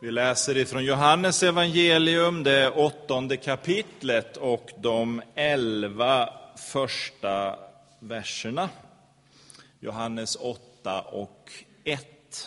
Vi läser ifrån Johannes evangelium, det 8:e kapitlet och de 11 första verserna. Johannes 8 och 1.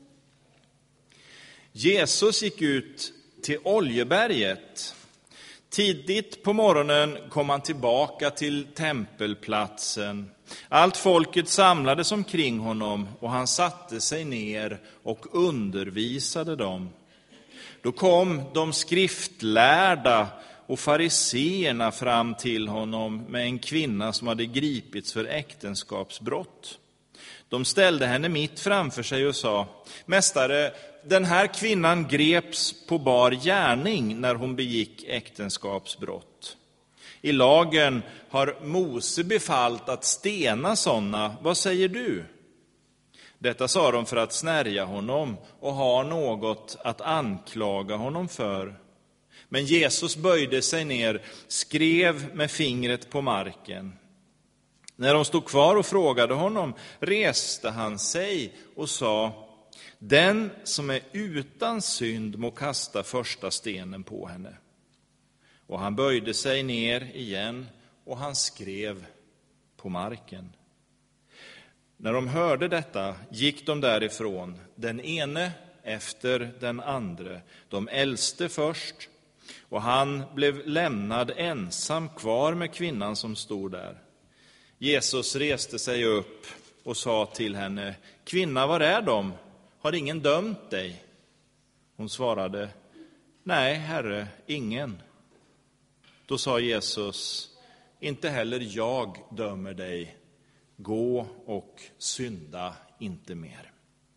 Jesus gick ut till Oljeberget. Tidigt på morgonen kom han tillbaka till tempelplatsen. Allt folket samlades omkring honom och han satte sig ner och undervisade dem. Då kom de skriftlärda och fariseerna fram till honom med en kvinna som hade gripits för äktenskapsbrott. De ställde henne mitt framför sig och sa: Mästare, den här kvinnan greps på bar gärning när hon begick äktenskapsbrott. I lagen har Mose befallt att stena sådana. Vad säger du? Detta sa de för att snärja honom och ha något att anklaga honom för. Men Jesus böjde sig ner, skrev med fingret på marken. När de stod kvar och frågade honom reste han sig och sa: Den som är utan synd må kasta första stenen på henne. Och han böjde sig ner igen och han skrev på marken. När de hörde detta gick de därifrån, den ene efter den andre, de äldste först, och han blev lämnad ensam kvar med kvinnan som stod där. Jesus reste sig upp och sa till henne: Kvinna, var är de? Har ingen dömt dig? Hon svarade: Nej, Herre, ingen. Då sa Jesus: Inte heller jag dömer dig. Gå och synda inte mer.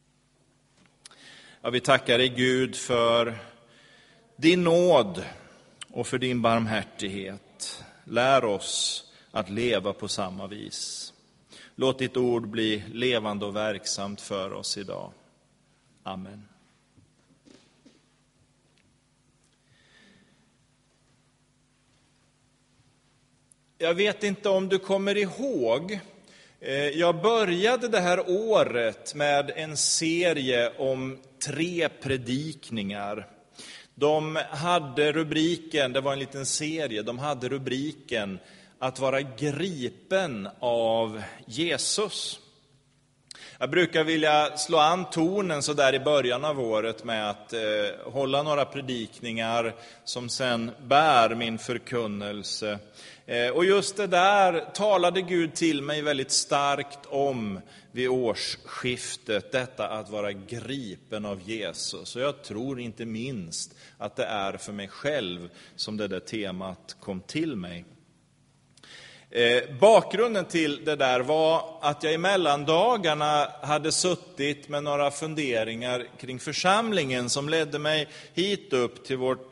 Ja, vi tackar dig, Gud, för din nåd och för din barmhärtighet. Lär oss att leva på samma vis. Låt ditt ord bli levande och verksamt för oss idag. Amen. Jag vet inte om du kommer ihåg, jag började det här året med en serie om 3 predikningar. De hade rubriken, det var en liten serie, de hade rubriken att vara gripen av Jesus. Jag brukar vilja slå an tonen så där i början av året med att hålla några predikningar som sen bär min förkunnelse. Och just det där talade Gud till mig väldigt starkt om vid årsskiftet, detta att vara gripen av Jesus. Och jag tror inte minst att det är för mig själv som det där temat kom till mig. Bakgrunden till det där var att jag i mellandagarna hade suttit med några funderingar kring församlingen som ledde mig hit upp till vårt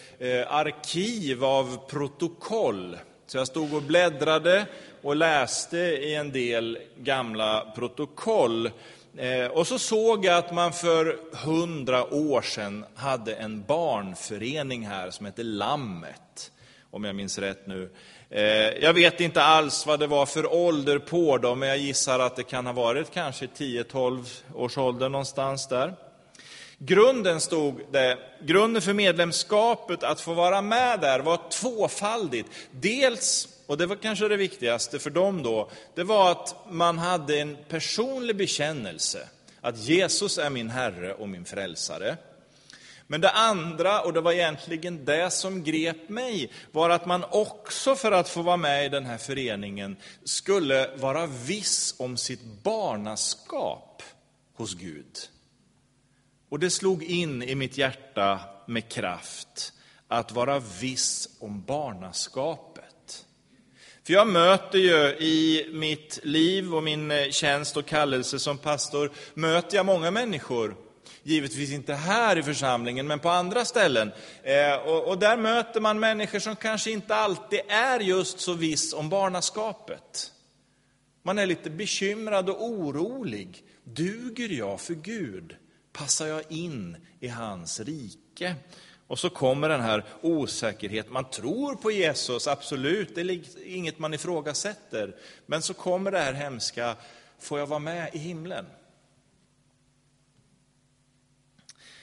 arkiv av protokoll. Så jag stod och bläddrade och läste i en del gamla protokoll. Och så såg jag att man för 100 år sedan hade en barnförening här som hette Lammet, om jag minns rätt nu. Jag vet inte alls vad det var för ålder på dem, men jag gissar att det kan ha varit kanske 10-12 års ålder någonstans där. Grunden för medlemskapet, att få vara med där, var tvåfaldigt. Dels, och det var kanske det viktigaste för dem då, det var att man hade en personlig bekännelse, att Jesus är min Herre och min frälsare. Men det andra, och det var egentligen det som grep mig, var att man också för att få vara med i den här föreningen skulle vara viss om sitt barnaskap hos Gud. Och det slog in i mitt hjärta med kraft att vara viss om barnaskapet. För jag möter ju i mitt liv och min tjänst och kallelse som pastor, möter jag många människor. Givetvis inte här i församlingen, men på andra ställen. Och där möter man människor som kanske inte alltid är just så viss om barnaskapet. Man är lite bekymrad och orolig. Duger jag för Gud? Passar jag in i hans rike? Och så kommer den här osäkerheten. Man tror på Jesus, absolut. Det är inget man ifrågasätter. Men så kommer det här hemska. Får jag vara med i himlen?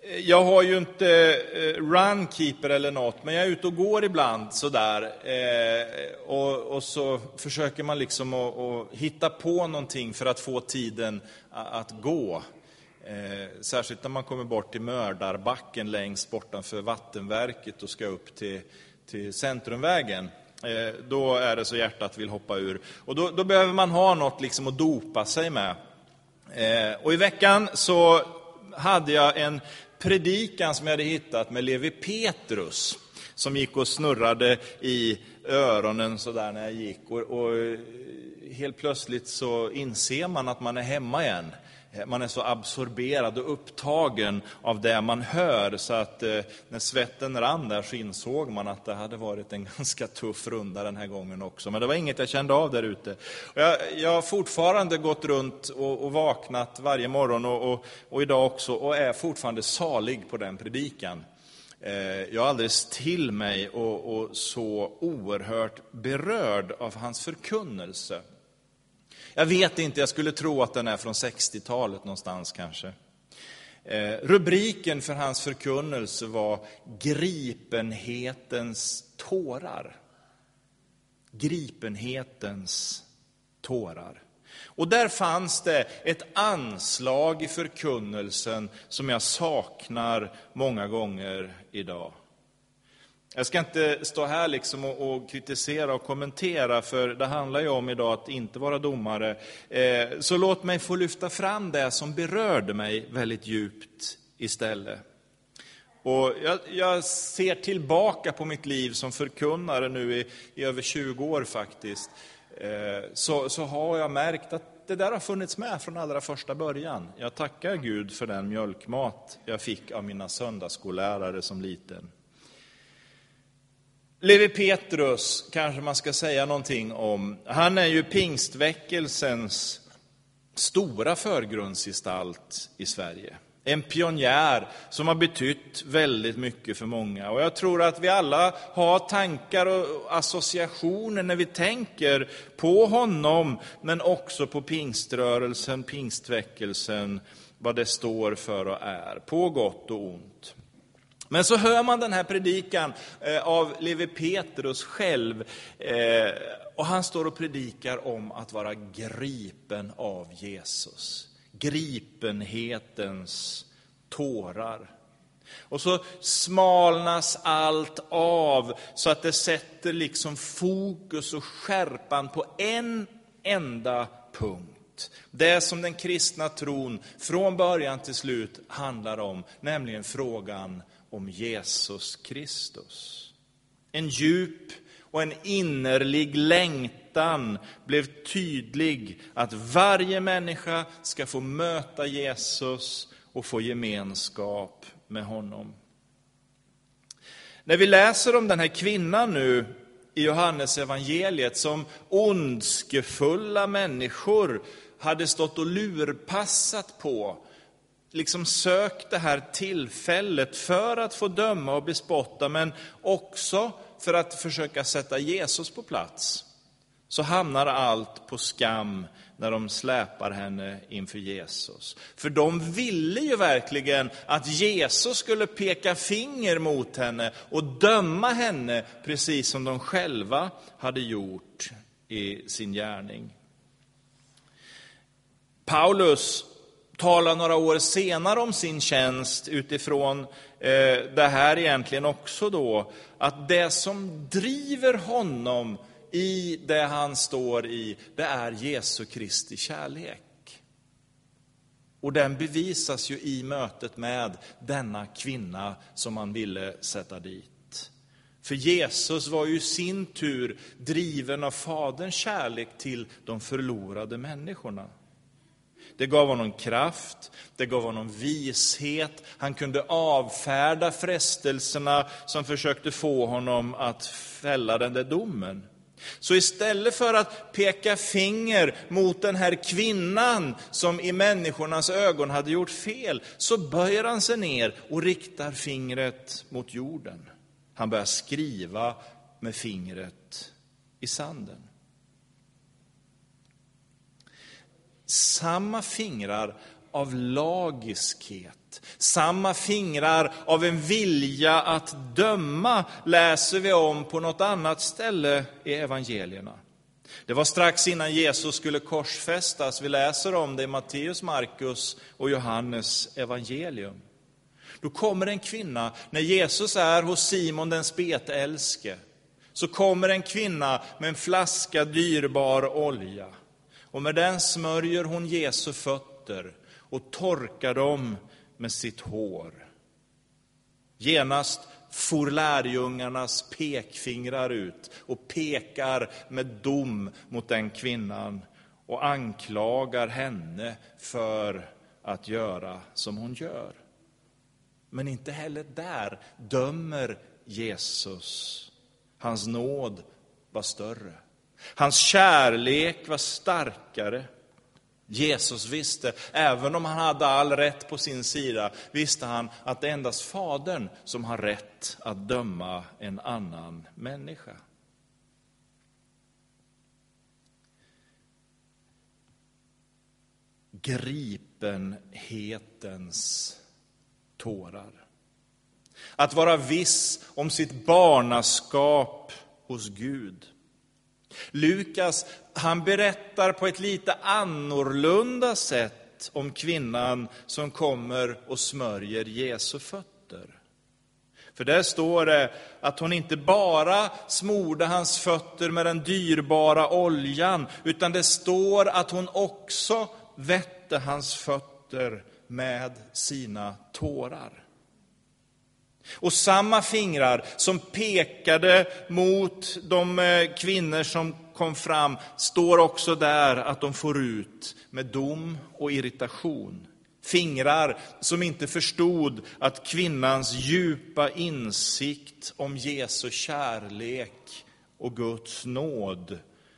Jag har ju inte runkeeper eller något, men jag är ute och går ibland sådär. Och så försöker man liksom att hitta på någonting för att få tiden att gå. Särskilt när man kommer bort till Mördarbacken längst bortanför Vattenverket och ska upp till Centrumvägen. Då är det så hjärtat vill hoppa ur. Och då behöver man ha något liksom att dopa sig med. Och i veckan så hade jag en predikan som jag hade hittat med Levi Petrus, som gick och snurrade i öronen så där när jag gick. Och helt plötsligt så inser man att man är hemma igen. Man är så absorberad och upptagen av det man hör, så att när svetten rann där så insåg man att det hade varit en ganska tuff runda den här gången också. Men det var inget jag kände av där ute. Jag har fortfarande gått runt och vaknat varje morgon och idag också, och är fortfarande salig på den predikan. Jag är alldeles till mig och så oerhört berörd av hans förkunnelse. Jag vet inte, jag skulle tro att den är från 60-talet någonstans kanske. Rubriken för hans förkunnelse var Gripenhetens tårar. Gripenhetens tårar. Och där fanns det ett anslag i förkunnelsen som jag saknar många gånger idag. Jag ska inte stå här liksom och kritisera och kommentera, för det handlar ju om idag att inte vara domare. Så låt mig få lyfta fram det som berörde mig väldigt djupt istället. Och jag ser tillbaka på mitt liv som förkunnare nu i över 20 år faktiskt. Så har jag märkt att det där har funnits med från allra första början. Jag tackar Gud för den mjölkmat jag fick av mina söndagsskollärare som liten. Levi Petrus kanske man ska säga någonting om. Han är ju pingstväckelsens stora förgrundsgestalt i Sverige. En pionjär som har betytt väldigt mycket för många. Och jag tror att vi alla har tankar och associationer när vi tänker på honom, men också på pingströrelsen, pingstväckelsen, vad det står för och är, på gott och ont. Men så hör man den här predikan av Levi Petrus själv, och han står och predikar om att vara gripen av Jesus. Gripenhetens tårar. Och så smalnas allt av så att det sätter liksom fokus och skärpan på en enda punkt. Det som den kristna tron från början till slut handlar om, nämligen frågan om Jesus Kristus. En djup och en innerlig längtan blev tydlig att varje människa ska få möta Jesus och få gemenskap med honom. När vi läser om den här kvinnan nu i Johannes evangeliet som ondskefulla människor hade stått och lurpassat på, liksom sökt det här tillfället för att få döma och bespotta, men också för att försöka sätta Jesus på plats, så hamnar allt på skam när de släpar henne inför Jesus. För de ville ju verkligen att Jesus skulle peka finger mot henne och döma henne precis som de själva hade gjort i sin gärning. Paulus talar några år senare om sin tjänst utifrån det här egentligen också då, att det som driver honom i det han står i, det är Jesu Kristi kärlek. Och den bevisas ju i mötet med denna kvinna som man ville sätta dit. För Jesus var ju i sin tur driven av Faderns kärlek till de förlorade människorna. Det gav honom kraft, det gav honom vishet. Han kunde avfärda frestelserna som försökte få honom att fälla den där domen. Så istället för att peka finger mot den här kvinnan som i människornas ögon hade gjort fel, så böjer han sig ner och riktar fingret mot jorden. Han börjar skriva med fingret i sanden. Samma fingrar av lagiskhet. Samma fingrar av en vilja att döma läser vi om på något annat ställe i evangelierna. Det var strax innan Jesus skulle korsfästas. Vi läser om det i Matteus, Markus och Johannes evangelium. Då kommer en kvinna, när Jesus är hos Simon den spetälske, så kommer en kvinna med en flaska dyrbar olja. Och med den smörjer hon Jesu fötter och torkar dem med sitt hår. Genast for lärjungarnas pekfingrar ut och pekar med dom mot den kvinnan och anklagar henne för att göra som hon gör. Men inte heller där dömer Jesus. Hans nåd var större. Hans kärlek var starkare. Jesus visste, även om han hade all rätt på sin sida, visste han att det är endast Fadern som har rätt att döma en annan människa. Gripenhetens tårar. Att vara viss om sitt barnaskap hos Gud. Lukas, han berättar på ett lite annorlunda sätt om kvinnan som kommer och smörjer Jesu fötter. För där står det att hon inte bara smorde hans fötter med den dyrbara oljan, utan det står att hon också vätte hans fötter med sina tårar. Och samma fingrar som pekade mot de kvinnor som kom fram står också där att de får ut med dom och irritation. Fingrar som inte förstod att kvinnans djupa insikt om Jesu kärlek och Guds nåd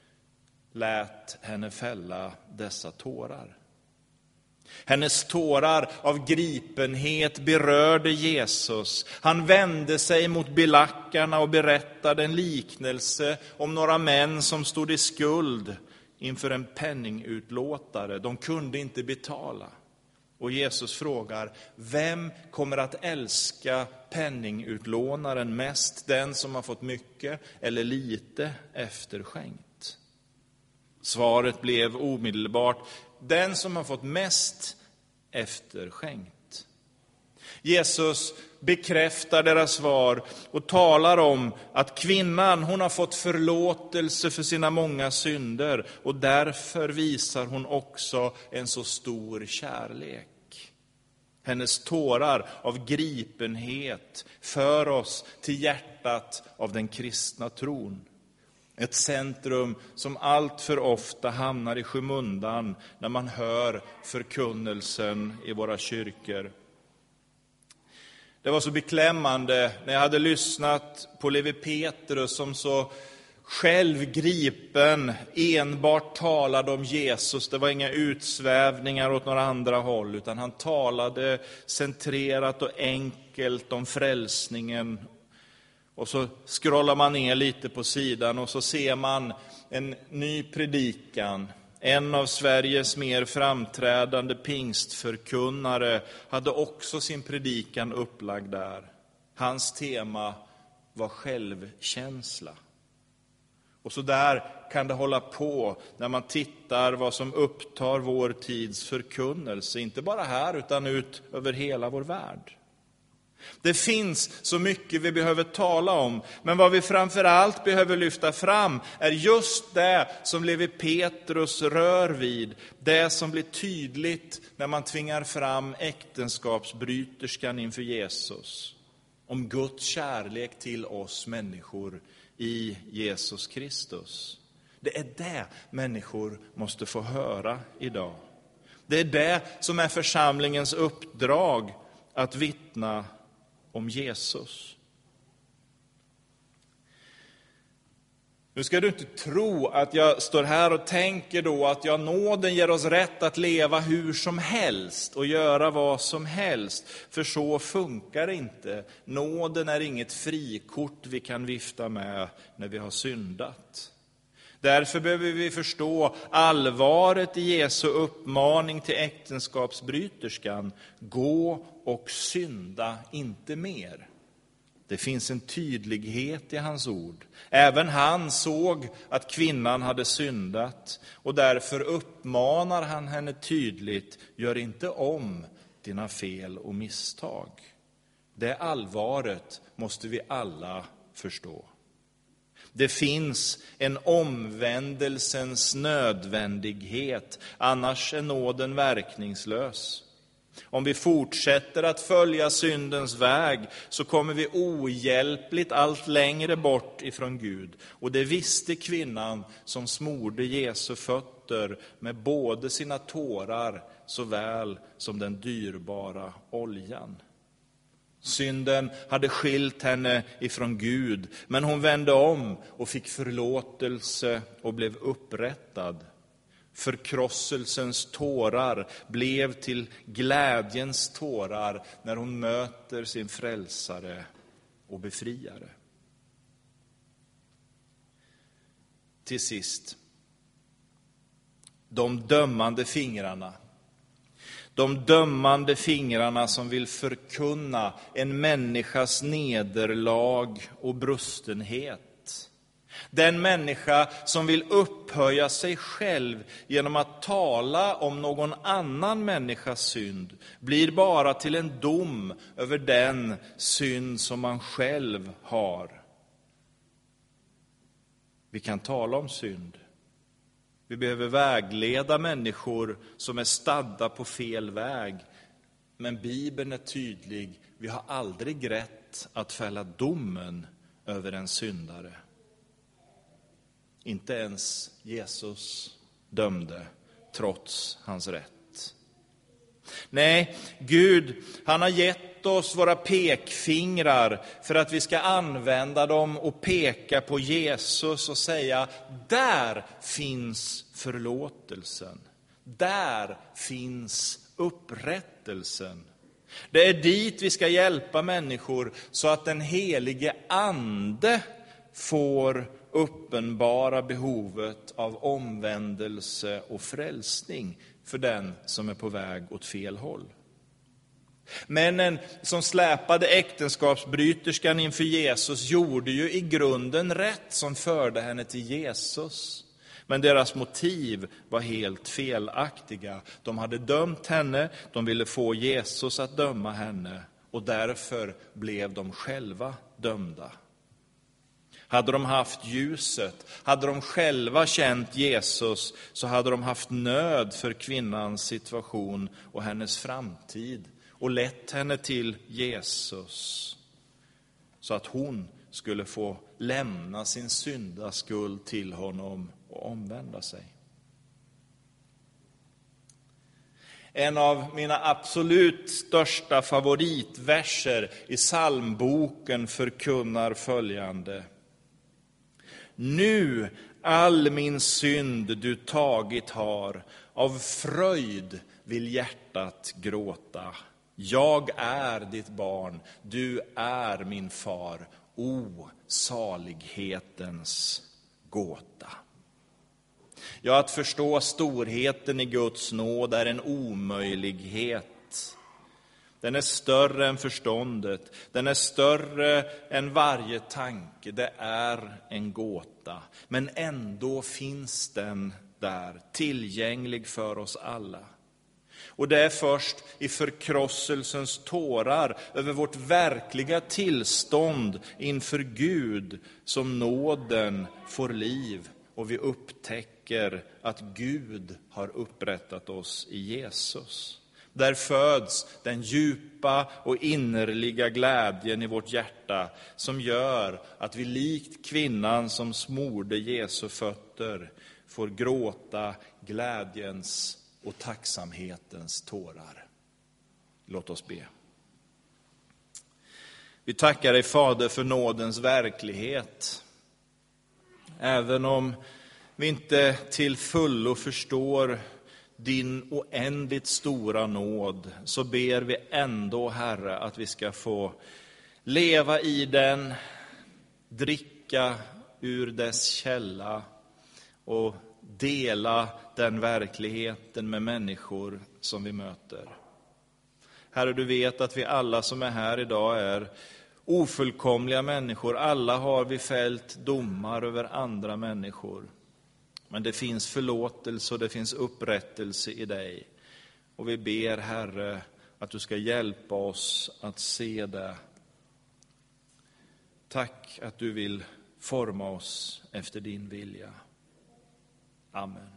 lät henne fälla dessa tårar. Hennes tårar av gripenhet berörde Jesus. Han vände sig mot belackarna och berättade en liknelse om några män som stod i skuld inför en penningutlåtare. De kunde inte betala. Och Jesus frågar, vem kommer att älska penningutlånaren mest? Den som har fått mycket eller lite efterskänkt? Svaret blev omedelbart, den som har fått mest efterskänkt. Jesus bekräftar deras svar och talar om att kvinnan, hon har fått förlåtelse för sina många synder och därför visar hon också en så stor kärlek. Hennes tårar av gripenhet för oss till hjärtat av den kristna tron. Ett centrum som allt för ofta hamnar i skymundan när man hör förkunnelsen i våra kyrkor. Det var så beklämmande när jag hade lyssnat på Levi Petrus som så självgripen enbart talade om Jesus. Det var inga utsvävningar åt några andra håll, utan han talade centrerat och enkelt om frälsningen. Och så scrollar man ner lite på sidan och så ser man en ny predikan. En av Sveriges mer framträdande pingstförkunnare hade också sin predikan upplagd där. Hans tema var självkänsla. Och så där kan det hålla på när man tittar vad som upptar vår tids förkunnelse. Inte bara här utan ut över hela vår värld. Det finns så mycket vi behöver tala om, men vad vi framförallt behöver lyfta fram är just det som Levi Petrus rör vid. Det som blir tydligt när man tvingar fram äktenskapsbryterskan inför Jesus. Om Guds kärlek till oss människor i Jesus Kristus. Det är det människor måste få höra idag. Det är det som är församlingens uppdrag, att vittna om Jesus. Nu ska du inte tro att jag står här och tänker då att nåden ger oss rätt att leva hur som helst och göra vad som helst. För så funkar det inte. Nåden är inget frikort vi kan vifta med när vi har syndat. Därför behöver vi förstå allvaret i Jesu uppmaning till äktenskapsbryterskan. Gå och synda inte mer. Det finns en tydlighet i hans ord. Även han såg att kvinnan hade syndat, och därför uppmanar han henne tydligt: gör inte om dina fel och misstag. Det allvaret måste vi alla förstå. Det finns en omvändelsens nödvändighet, annars är nåden verkningslös. Om vi fortsätter att följa syndens väg så kommer vi ohjälpligt allt längre bort ifrån Gud. Och det visste kvinnan som smorde Jesu fötter med både sina tårar såväl som den dyrbara oljan. Synden hade skilt henne ifrån Gud, men hon vände om och fick förlåtelse och blev upprättad. Förkrosselsens tårar blev till glädjens tårar när hon möter sin frälsare och befriare. Till sist, de dömande fingrarna. De dömande fingrarna som vill förkunna en människas nederlag och brustenhet. Den människa som vill upphöja sig själv genom att tala om någon annan människas synd blir bara till en dom över den synd som man själv har. Vi kan tala om synd. Vi behöver vägleda människor som är stadda på fel väg. Men Bibeln är tydlig. Vi har aldrig rätt att fälla domen över en syndare. Inte ens Jesus dömde trots hans rätt. Nej, Gud, han har gett oss våra pekfingrar för att vi ska använda dem och peka på Jesus och säga: där finns förlåtelsen. Där finns upprättelsen. Det är dit vi ska hjälpa människor så att den helige ande får uppenbara behovet av omvändelse och frälsning för den som är på väg åt fel håll. Männen som släpade äktenskapsbryterskan inför Jesus gjorde ju i grunden rätt som förde henne till Jesus. Men deras motiv var helt felaktiga. De hade dömt henne, de ville få Jesus att döma henne, och därför blev de själva dömda. Hade de haft ljuset, hade de själva känt Jesus, så hade de haft nöd för kvinnans situation och hennes framtid och lett henne till Jesus så att hon skulle få lämna sin syndaskuld till honom och omvända sig. En av mina absolut största favoritverser i psalmboken förkunnar följande: nu all min synd du tagit har, av fröjd vill hjärtat gråta. Jag är ditt barn, du är min far, o salighetens gåta. Ja, att förstå storheten i Guds nåd är en omöjlighet. Den är större än förståndet. Den är större än varje tanke. Det är en gåta. Men ändå finns den där, tillgänglig för oss alla. Och det är först i förkrosselsens tårar över vårt verkliga tillstånd inför Gud som nåden får liv. Och vi upptäcker att Gud har upprättat oss i Jesus. Där föds den djupa och innerliga glädjen i vårt hjärta som gör att vi likt kvinnan som smorde Jesu fötter får gråta glädjens och tacksamhetens tårar. Låt oss be. Vi tackar dig, Fader, för nådens verklighet. Även om vi inte till fullo förstår din oändligt stora nåd, så ber vi ändå, Herre, att vi ska få leva i den, dricka ur dess källa och dela den verkligheten med människor som vi möter. Herre, du vet att vi alla som är här idag är ofullkomliga människor. Alla har vi fällt domar över andra människor. Men det finns förlåtelse och det finns upprättelse i dig. Och vi ber, Herre, att du ska hjälpa oss att se det. Tack att du vill forma oss efter din vilja. Amen.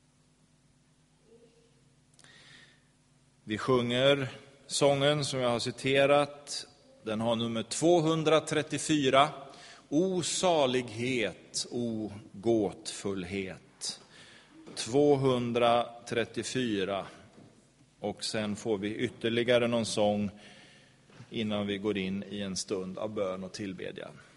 Vi sjunger sången som jag har citerat. Den har nummer 234. O salighet, o gåtfullhet. 234. Och sen får vi ytterligare någon sång innan vi går in i en stund av bön och tillbedjan.